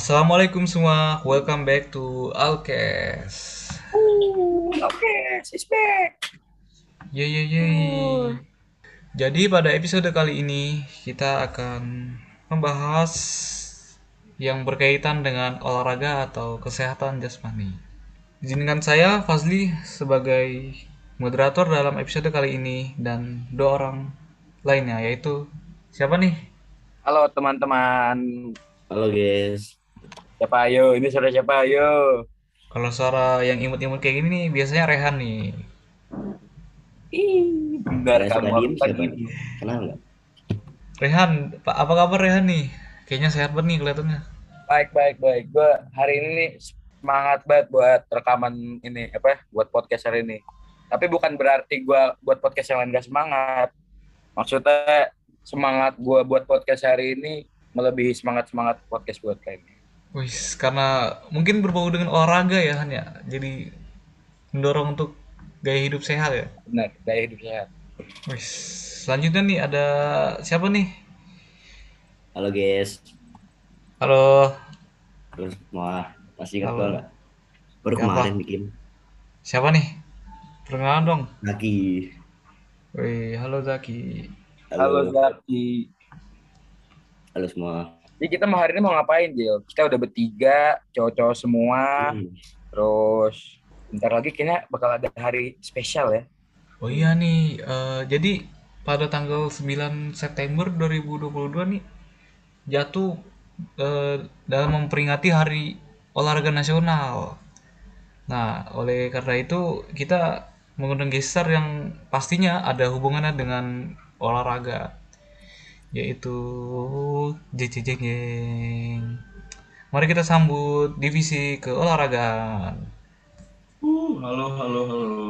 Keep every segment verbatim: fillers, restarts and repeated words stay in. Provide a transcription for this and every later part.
Assalamualaikum semua, welcome back to Alkes. Ooh, oke, sis back. Ye ye ye. Uh, Jadi pada episode kali ini kita akan membahas yang berkaitan dengan olahraga atau kesehatan jasmani. Izinkan saya Fazli sebagai moderator dalam episode kali ini dan dua orang lainnya yaitu siapa nih? Halo teman-teman, Halo guys, siapa ayo? Ini suara siapa ayo? Kalau suara yang imut-imut kayak gini nih biasanya Rehan nih. Ih, benar yang suka kamu aku diem kan siapa? ibu. Kenal nggak? Rehan, Pak, apa kabar Rehan nih? Kayaknya sehat banget nih kelihatannya. Baik, baik, baik. Gue hari ini nih semangat banget buat rekaman ini apa? Buat podcast hari ini. Tapi bukan berarti gue buat podcast yang lain gak semangat. Maksudnya semangat gue buat podcast hari ini melebihi semangat semangat podcast buat lainnya. Wih, karena mungkin berbau dengan olahraga ya Han ya. Jadi mendorong untuk gaya hidup sehat ya. Benar, gaya hidup sehat. Wih, selanjutnya nih ada siapa nih? Halo guys, Halo, terus mau masih ingat gua halo. nggak? Baru Siapa? kemarin bikin Siapa nih? Perkenalan dong. lagi. Wih, halo Zaki. Halo Halo, Zaki. halo semua. Jadi kita mau hari ini mau ngapain, Jil? Kita udah bertiga, cowok-cowok semua. Hmm, Terus bentar lagi kayaknya bakal ada hari spesial ya. Oh iya nih, eh, jadi pada tanggal sembilan September dua ribu dua puluh dua nih jatuh eh, dalam memperingati Hari Olahraga Nasional. Nah, oleh karena itu kita mengundang gestar yang pastinya ada hubungannya dengan olahraga, yaitu Jeng Jeng Jeng Jeng. Mari kita sambut divisi keolahragaan. Uh, halo, halo, halo.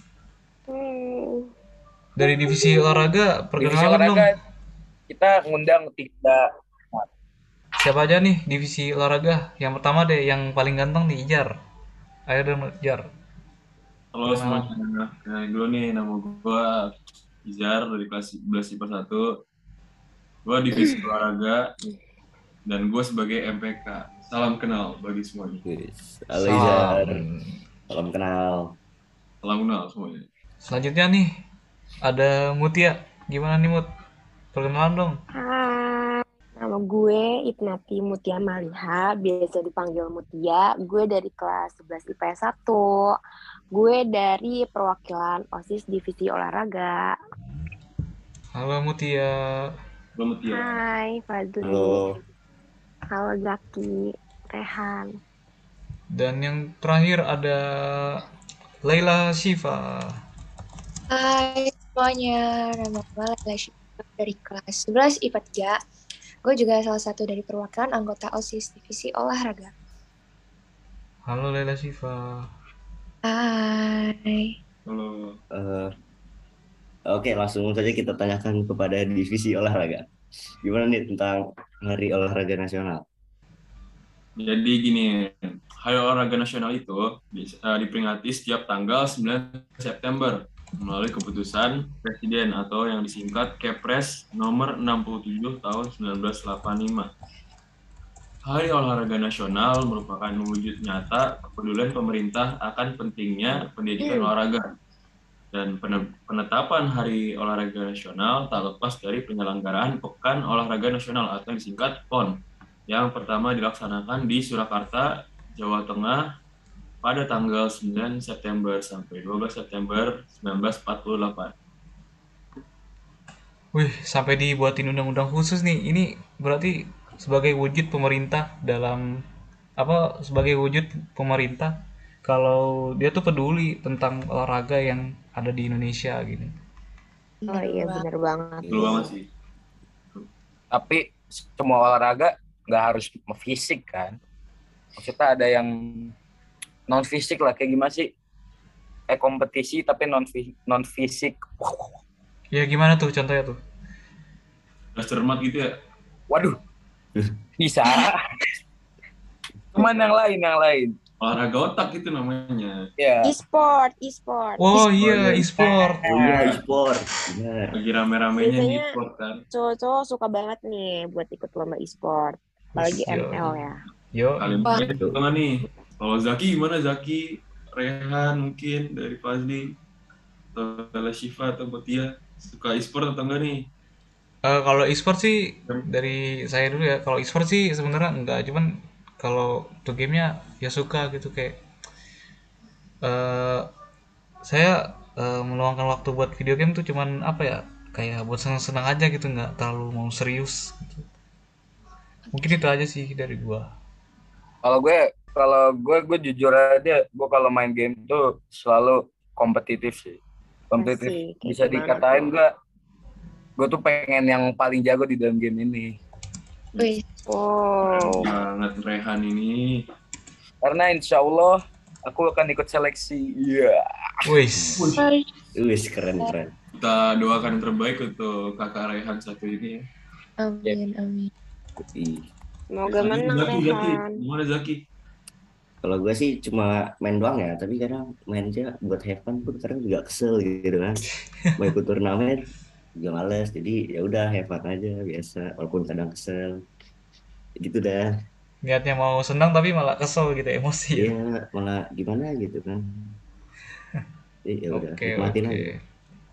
Hmm. Dari divisi olahraga, Divisi perkenalkan dong. olahraga kita ngundang tiga. Siapa aja nih divisi olahraga? Yang pertama deh, yang paling ganteng nih, Ijar. Ayo dong, Ijar. Halo Perkenalan. semuanya. Nah, dulu nih nama gue Izar dari kelas sebelas I P A satu. Gue divisi olahraga dan gue sebagai M P K. Salam kenal bagi semuanya. guys. Halo Izar, Salam. salam kenal. Salam kenal semuanya. Selanjutnya nih, ada Mutia. Gimana nih, Mut? Perkenalan dong. Hai, nama gue Ipnati Mutia Maliha, biasa dipanggil Mutia. Gue dari kelas sebelas I P S satu. Gue dari perwakilan OSIS Divisi Olahraga. Halo Mutia. Selamat ya. Hai, Fadli. Halo, Halo Zaki, Rehan. Dan yang terakhir ada Laila Shiva. Hai semuanya, nama gue Laila Syifah dari kelas sebelas I P A tiga. Gue juga salah satu dari perwakilan anggota OSIS Divisi Olahraga. Halo Laila Shiva. Hai. Halo. eh, oke langsung saja kita tanyakan kepada divisi olahraga. Gimana nih tentang Hari Olahraga Nasional? Jadi gini, Hari Olahraga Nasional itu bisa- eh, diperingati setiap tanggal sembilan September melalui keputusan Presiden atau yang disingkat Kepres nomor enam puluh tujuh tahun seribu sembilan ratus delapan puluh lima. Hari Olahraga Nasional merupakan wujud nyata kepedulian pemerintah akan pentingnya pendidikan olahraga. Dan pen- penetapan Hari Olahraga Nasional tak lepas dari penyelenggaraan Pekan Olahraga Nasional atau yang disingkat P O N yang pertama dilaksanakan di Surakarta, Jawa Tengah pada tanggal sembilan September sampai dua belas September seribu sembilan ratus empat puluh delapan. Wih, sampai dibuatin undang-undang khusus nih. Ini berarti sebagai wujud pemerintah dalam apa sebagai wujud pemerintah kalau dia tuh peduli tentang olahraga yang ada di Indonesia gitu. Oh Bener iya, banget. bener banget. Betul banget sih. Tapi semua olahraga nggak harus fisik kan. Maksudnya ada yang non fisik lah, kayak gimana sih? Eh kompetisi tapi non non fisik. Ya gimana tuh contohnya tuh? Udah cermat gitu ya. Waduh, bisa. Cuman yang lain yang lain. Olahraga otak itu namanya. Ya. E-sport, e-sport. Oh iya, e-sport. Oh iya, e-sport. Benar. Lagi rame-ramenya Biasanya- e-sport kan. Cowok-cowok suka banget nih buat ikut lomba e-sport. Apalagi Iya. M L ya. Yo, Kalian Wah. main atau nggak nih? Kalau Zaki gimana Zaki? Rehan mungkin dari Fazli atau Lala Shiva atau Mutia suka e-sport atau enggak nih? Eh, kalau e-sport sih dari saya dulu ya. Kalau e-sport sih sebenarnya enggak, cuman kalau tuh gamenya ya suka gitu kayak eh saya eh, meluangkan waktu buat video game tuh cuman apa ya kayak buat senang-senang aja gitu nggak terlalu mau serius gitu. Mungkin itu aja sih dari gua. Kalau gue, kalau gue, gue jujur aja, gue kalau main game tuh selalu kompetitif sih. Kompetitif Asik, kayak bisa gimana dikatain tuh? gue, gue tuh pengen yang paling jago di dalam game ini. Wih, Wow. Banget Rehan ini. Karena insya Allah aku akan ikut seleksi. Iya. Wis, sorry. Wis keren keren. Kita doakan yang terbaik untuk kakak Rehan satu ini ya. Amin, amin. Ih, Semoga Zaki, menang, Zaki, Zaki. Rehan. Gimana Zaki? kalau gue sih cuma main doang ya, tapi kadang main aja buat have fun pun kadang juga kesel gitu kan. Mau ikut turnamen juga males, jadi ya udah have fun aja biasa, walaupun kadang kesel. Gitu dah. niatnya mau senang tapi malah kesel gitu emosi ya. Iya, malah gimana gitu kan. Jadi ya udah Oke, nikmatin oke. aja.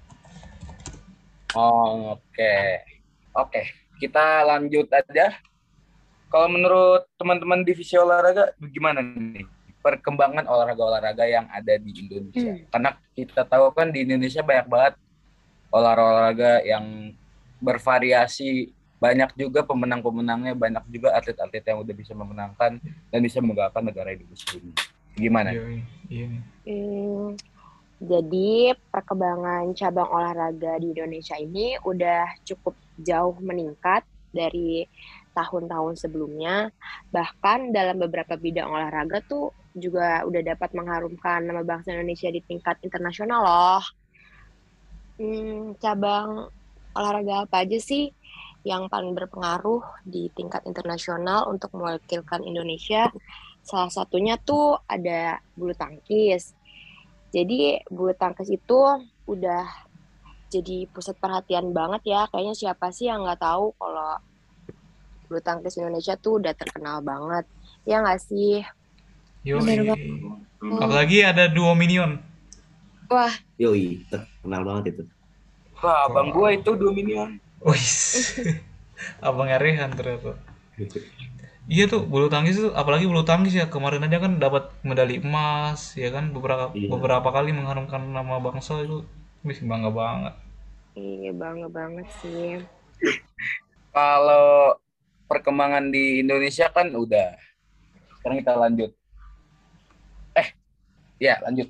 Oh, oke. Oke, kita lanjut aja. Kalau menurut teman-teman divisi olahraga, gimana nih perkembangan olahraga-olahraga yang ada di Indonesia? Hmm. Karena kita tahu kan di Indonesia banyak banget olahraga yang bervariasi, banyak juga pemenang-pemenangnya, banyak juga atlet-atlet yang udah bisa memenangkan dan bisa membanggakan negara Indonesia ini. Gimana? Iya, iya nih. Hmm, jadi perkembangan cabang olahraga di Indonesia ini udah cukup jauh meningkat dari tahun-tahun sebelumnya. Bahkan dalam beberapa bidang olahraga tuh juga udah dapat mengharumkan nama bangsa Indonesia di tingkat internasional loh. Hmm, cabang olahraga apa aja sih yang paling berpengaruh di tingkat internasional untuk mewakilkan Indonesia? Salah satunya tuh ada bulu tangkis. Jadi bulu tangkis itu udah jadi pusat perhatian banget ya. Kayaknya siapa sih yang nggak tahu kalau bulu tangkis Indonesia tuh udah terkenal banget. Ya nggak sih? Yo, Bener banget. apalagi ada duo minion. Wah, Yoi, terkenal banget itu. Wah, abang gue itu Dominion. Wis, abangnya Rehan ternyata. Iya tuh bulu tangkis tuh, apalagi bulu tangkis ya kemarin aja kan dapat medali emas, ya kan beberapa Iya. beberapa kali mengharumkan nama bangsa itu, wis bangga banget. Iya bangga banget sih. Kalau perkembangan di Indonesia kan udah. Sekarang kita lanjut. Eh, ya lanjut.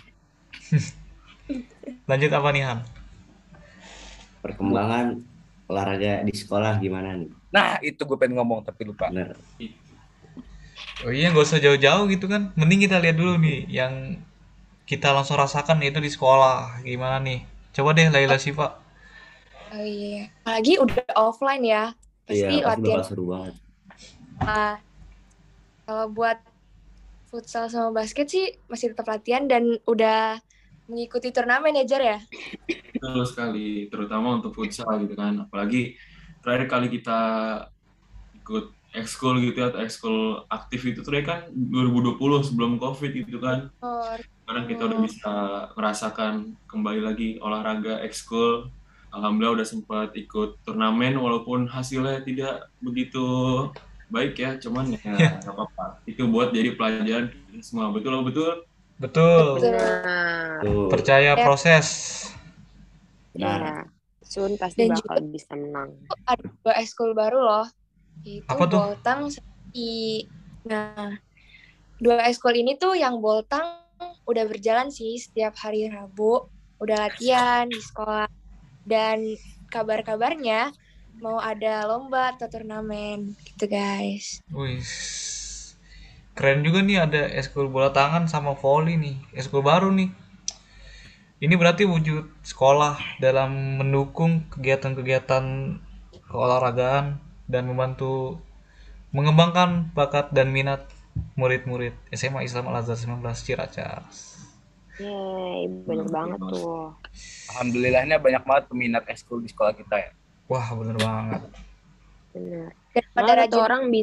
Lanjut apa nih Han? Perkembangan olahraga di sekolah gimana nih? Nah, itu gue pengen ngomong tapi lupa. Bener. Oh iya nggak usah jauh-jauh gitu kan, mending kita lihat dulu nih yang kita langsung rasakan yaitu di sekolah gimana nih. Coba deh Laila Siva. oh iya. Apalagi udah offline ya. Pasti Iya, pasti latihan. bakal seru banget. Ah, kalau buat futsal sama basket sih masih tetap latihan dan udah mengikuti turnamen ya, Jar ya? Betul sekali, terutama untuk futsal gitu kan. Apalagi terakhir kali kita ikut ekskul gitu ya, atau ekskul aktif itu terakhir kan dua ribu dua puluh sebelum COVID gitu kan. Oh, Sekarang kita udah bisa merasakan kembali lagi olahraga ekskul. Alhamdulillah udah sempat ikut turnamen walaupun hasilnya tidak begitu baik ya, cuman ya nggak apa-apa. Itu buat jadi pelajaran kita semua. Betul betul. Betul. Benar. Tuh, Percaya Ya. proses. benar. Iya. Sun pasti Dan bakal bisa menang. ada dua ekskul baru loh. Itu Apa tuh? Boltang sama I. Nah, dua ekskul ini tuh yang Boltang udah berjalan sih setiap hari Rabu. Udah latihan di sekolah. Dan kabar-kabarnya mau ada lomba atau turnamen gitu guys. Wih, keren juga nih ada eskul bola tangan sama volley nih, eskul baru nih. Ini berarti wujud sekolah dalam mendukung kegiatan-kegiatan keolahragaan dan membantu mengembangkan bakat dan minat murid-murid S M A Islam Al Azhar sembilan belas Ciracas. Yeay, bener banget tuh. Alhamdulillahnya banyak banget peminat ekskul di sekolah kita ya. Wah, bener banget. Bener. Dan pada Malah tuh rajin orang bisa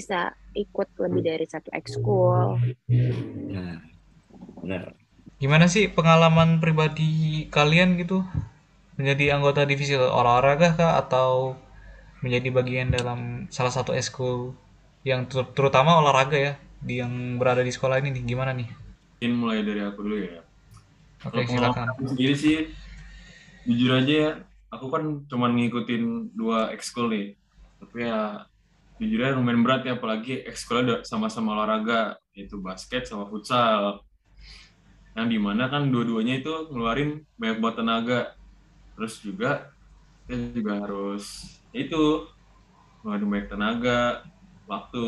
ikut lebih dari satu ekskul. Nah, benar. Gimana sih pengalaman pribadi kalian gitu? Menjadi anggota divisi olahraga kah atau menjadi bagian dalam salah satu ekskul yang ter- terutama olahraga ya, di yang berada di sekolah ini nih, gimana nih? Mungkin mulai dari aku dulu ya. Oke, Kalau pengalaman silakan. aku sendiri sih, jujur aja ya, aku kan cuma ngikutin dua ekskul nih. Tapi ya, jujurnya lumayan berat ya, apalagi ekskulnya udah sama-sama olahraga, yaitu basket sama futsal. Yang dimana kan dua-duanya itu ngeluarin banyak buat tenaga. Terus juga, kita juga harus, ya itu, ngeluarin banyak tenaga, waktu,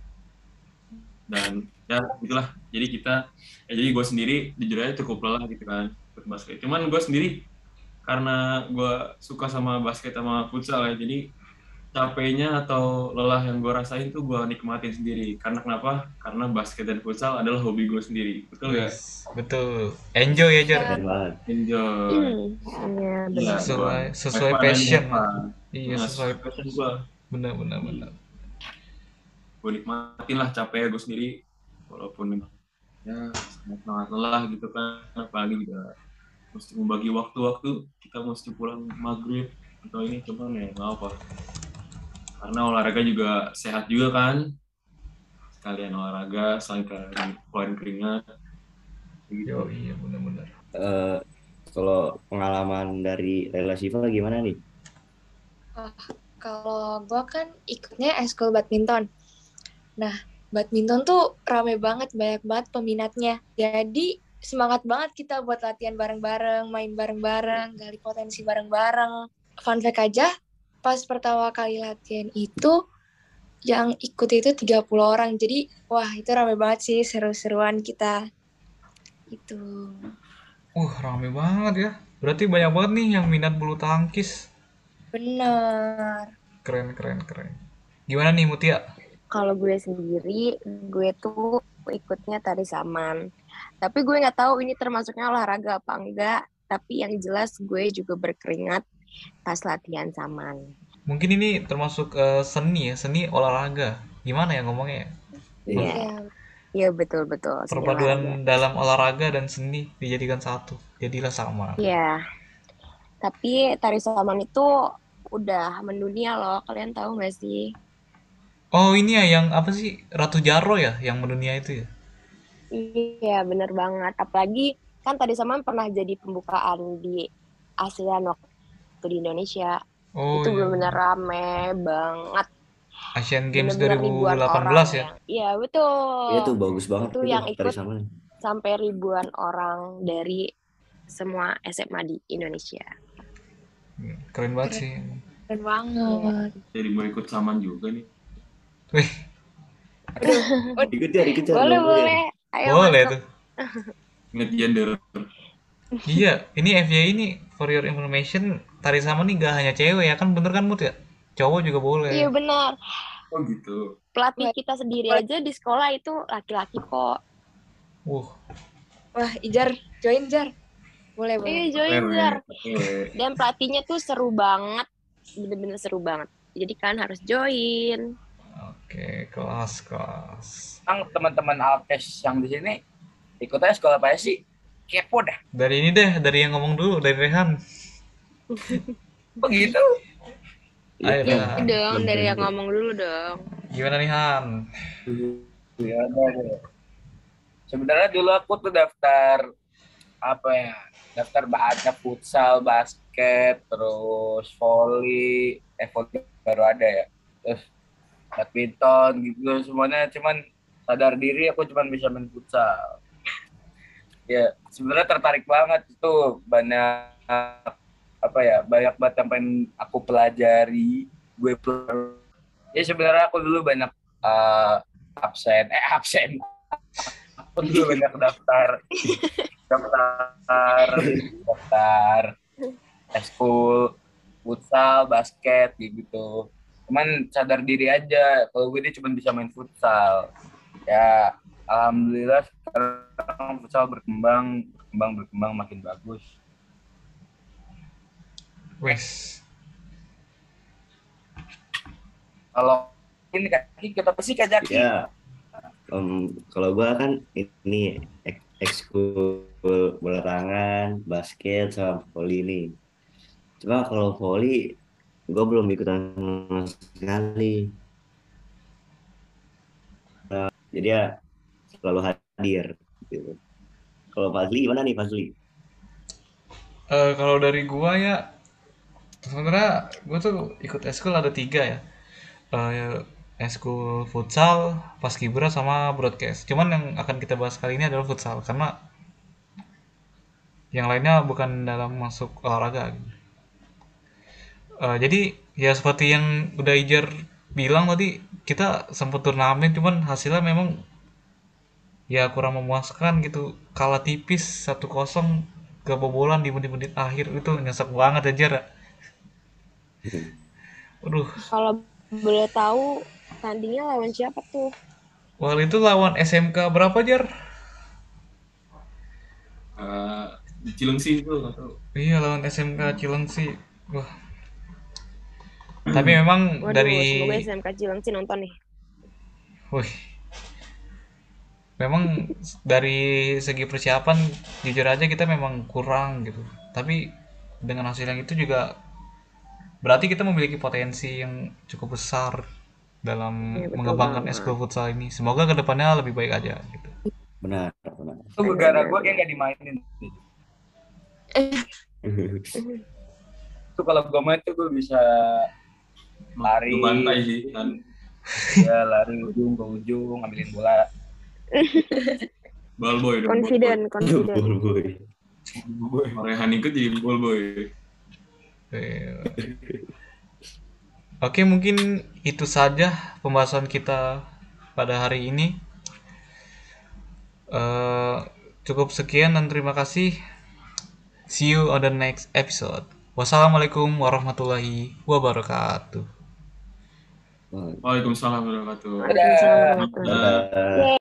dan ya itulah. Jadi kita, ya jadi gue sendiri jujur aja cukup lelah gitu kan, ikut basket. Cuman gue sendiri, karena gue suka sama basket sama futsal ya, jadi capeknya atau lelah yang gue rasain tuh gue nikmatin sendiri. Karena kenapa? Karena basket dan futsal adalah hobi gue sendiri. Betul ya? Wis, betul. Enjoy ya, Jar. Keren banget. Enjoy. Hmm, iya Iya, benar. gue. Sesuai Have sesuai fun aja, passion. have fun. Iya, Nah, sesuai sesuai passion gue. benar benar benar. Gue nikmatin lah capeknya gue sendiri. Walaupun memang ya sangat-sangat lelah gitu kan. Apalagi juga mesti membagi waktu-waktu. Kita mesti pulang maghrib atau ini, cuman ya nggak apa. Karena olahraga juga sehat juga kan. Sekalian olahraga, sekalian keluarin keringat. Gitu. Yo, iya benar-benar. Eh, kalau pengalaman dari Rela Siva gimana nih? Kalau gue kan ikutnya ekskul badminton. Nah, badminton tuh rame banget, banyak banget peminatnya. Jadi semangat banget kita buat latihan bareng-bareng, main bareng-bareng, gali potensi bareng-bareng. Fun fact aja, pas pertama kali latihan itu, yang ikut itu tiga puluh orang. Jadi, wah itu rame banget sih, seru-seruan kita. Itu. Uh, rame banget ya. Berarti banyak banget nih yang minat bulu tangkis. Bener. Keren, keren, keren. Gimana nih Mutia? Kalau gue sendiri, gue tuh ikutnya tari saman. Tapi gue nggak tahu ini termasuknya olahraga apa enggak. Tapi yang jelas gue juga berkeringat pas latihan saman. Mungkin ini termasuk eh, seni ya, seni olahraga. Gimana ya ngomongnya ya? Iya, Ya, iya betul-betul. Seni olahraga. Perpaduan dalam olahraga dan seni dijadikan satu. Jadilah sama. Iya. Tapi tari saman itu udah mendunia loh. Kalian tahu nggak sih? Oh, ini ya yang apa sih? Ratu Jaro ya yang mendunia itu ya? Iya, bener banget. Apalagi kan tadi saman pernah jadi pembukaan di ASEAN waktu di Indonesia. Oh Itu iya. bener-bener rame banget. Asian Games Bener-bener ribuan orang dua ribu delapan belas ya? yang, iya betul. Iya tuh bagus banget Itu itu yang tari ikut saman. sampai ribuan orang dari semua S M A di Indonesia. Hmm, Keren banget sih. keren banget. Jadi mau ikut saman juga nih. Wih, Ikut ya, ikut ya. Boleh, nggak boleh. Ayo boleh masuk. tuh. Ingat gender. Iya, ini F Y I ini for your information, tari sama nih gak hanya cewek ya kan, bener kan Mut ya? Cowok juga boleh. Iya benar. Oh gitu. Pelatih kita sendiri aja di sekolah itu laki-laki kok. Wuh, Wah, Ijar, join Jar. Boleh, Iya boleh. join Oke, Jar. oke. Dan pelatihnya tuh seru banget. Bener-bener seru banget. Jadi kan harus join. oke, kelas, kelas. Emang teman-teman Alkes yang di sini ikutnya sekolah apa sih? Kepo dah. Dari ini deh, dari yang ngomong dulu, dari Rehan. Begitu. Ayo, Iya, Rehan. Dong, belum dari yang tentu. ngomong dulu dong. Gimana nih Han? Ya, ada, ada. Sebenarnya dulu aku tuh daftar apa ya? Daftar ada futsal, basket, terus volley, eh volley baru ada ya. Terus badminton gitu semuanya, cuman sadar diri aku cuman bisa main futsal. Ya, sebenarnya tertarik banget itu, banyak apa ya? Banyak banget yang pengen aku pelajari. Gue pel- ya sebenarnya aku dulu banyak uh, absen, eh absen. Aku dulu banyak daftar daftar daftar eskul futsal basket gitu, cuman sadar diri aja kalau gue ini cuma bisa main futsal. Ya alhamdulillah sekarang futsal berkembang berkembang berkembang makin bagus. Wes. Kalau ini kaki kita pasti kajaki. Ya, em, kalau gua kan ini ek- ekskul bola tangan, basket sama volley ini. Cuma kalau volley gua belum ikutan sama sekali. Jadi ya selalu hadir gitu. Kalau Fazli gimana nih Fazli? Eh, kalau dari gua ya, sebenarnya gua tuh ikut eskul ada tiga ya. Eh, eskul futsal, paskibra sama broadcast. Cuman yang akan kita bahas kali ini adalah futsal karena yang lainnya bukan dalam masuk olahraga. Eh, jadi ya seperti yang udah Ijar bilang tadi, kita sempat turnamen cuman hasilnya memang ya kurang memuaskan gitu. Kalah tipis satu kosong kebobolan di menit-menit akhir itu nyesek banget aja. Aduh, Kalau boleh tahu tandingnya lawan siapa tuh? waktu itu lawan S M K berapa Jar? Eh, di Cilengsi itu nggak tahu. Iya lawan S M K Cilengsi. Wah, tapi memang Waduh, dari semoga S M K Cilengsi nonton nih. wih, memang dari segi persiapan jujur aja kita memang kurang gitu. Tapi dengan hasil yang itu juga berarti kita memiliki potensi yang cukup besar dalam Iya, betul mengembangkan banget. eskul futsal ini. Semoga kedepannya lebih baik aja gitu. Benar, benar. Itu gara gue kayak gak dimainin. Itu kalau gue main tuh gue bisa lari, Lu bantai sih kan. ya lari ujung ke ujung ngambilin bola. Ball boy dong. Confident, confident. Boy. Boy. Orang Hanikut jadi ball boy. Eh, Oke, mungkin itu saja pembahasan kita pada hari ini. Eh, cukup sekian dan terima kasih. See you on the next episode. Wassalamualaikum warahmatullahi wabarakatuh. Wah, Waalaikumsalam warahmatullahi wabarakatuh. Waalaikumsalam warahmatullahi dadah. wabarakatuh.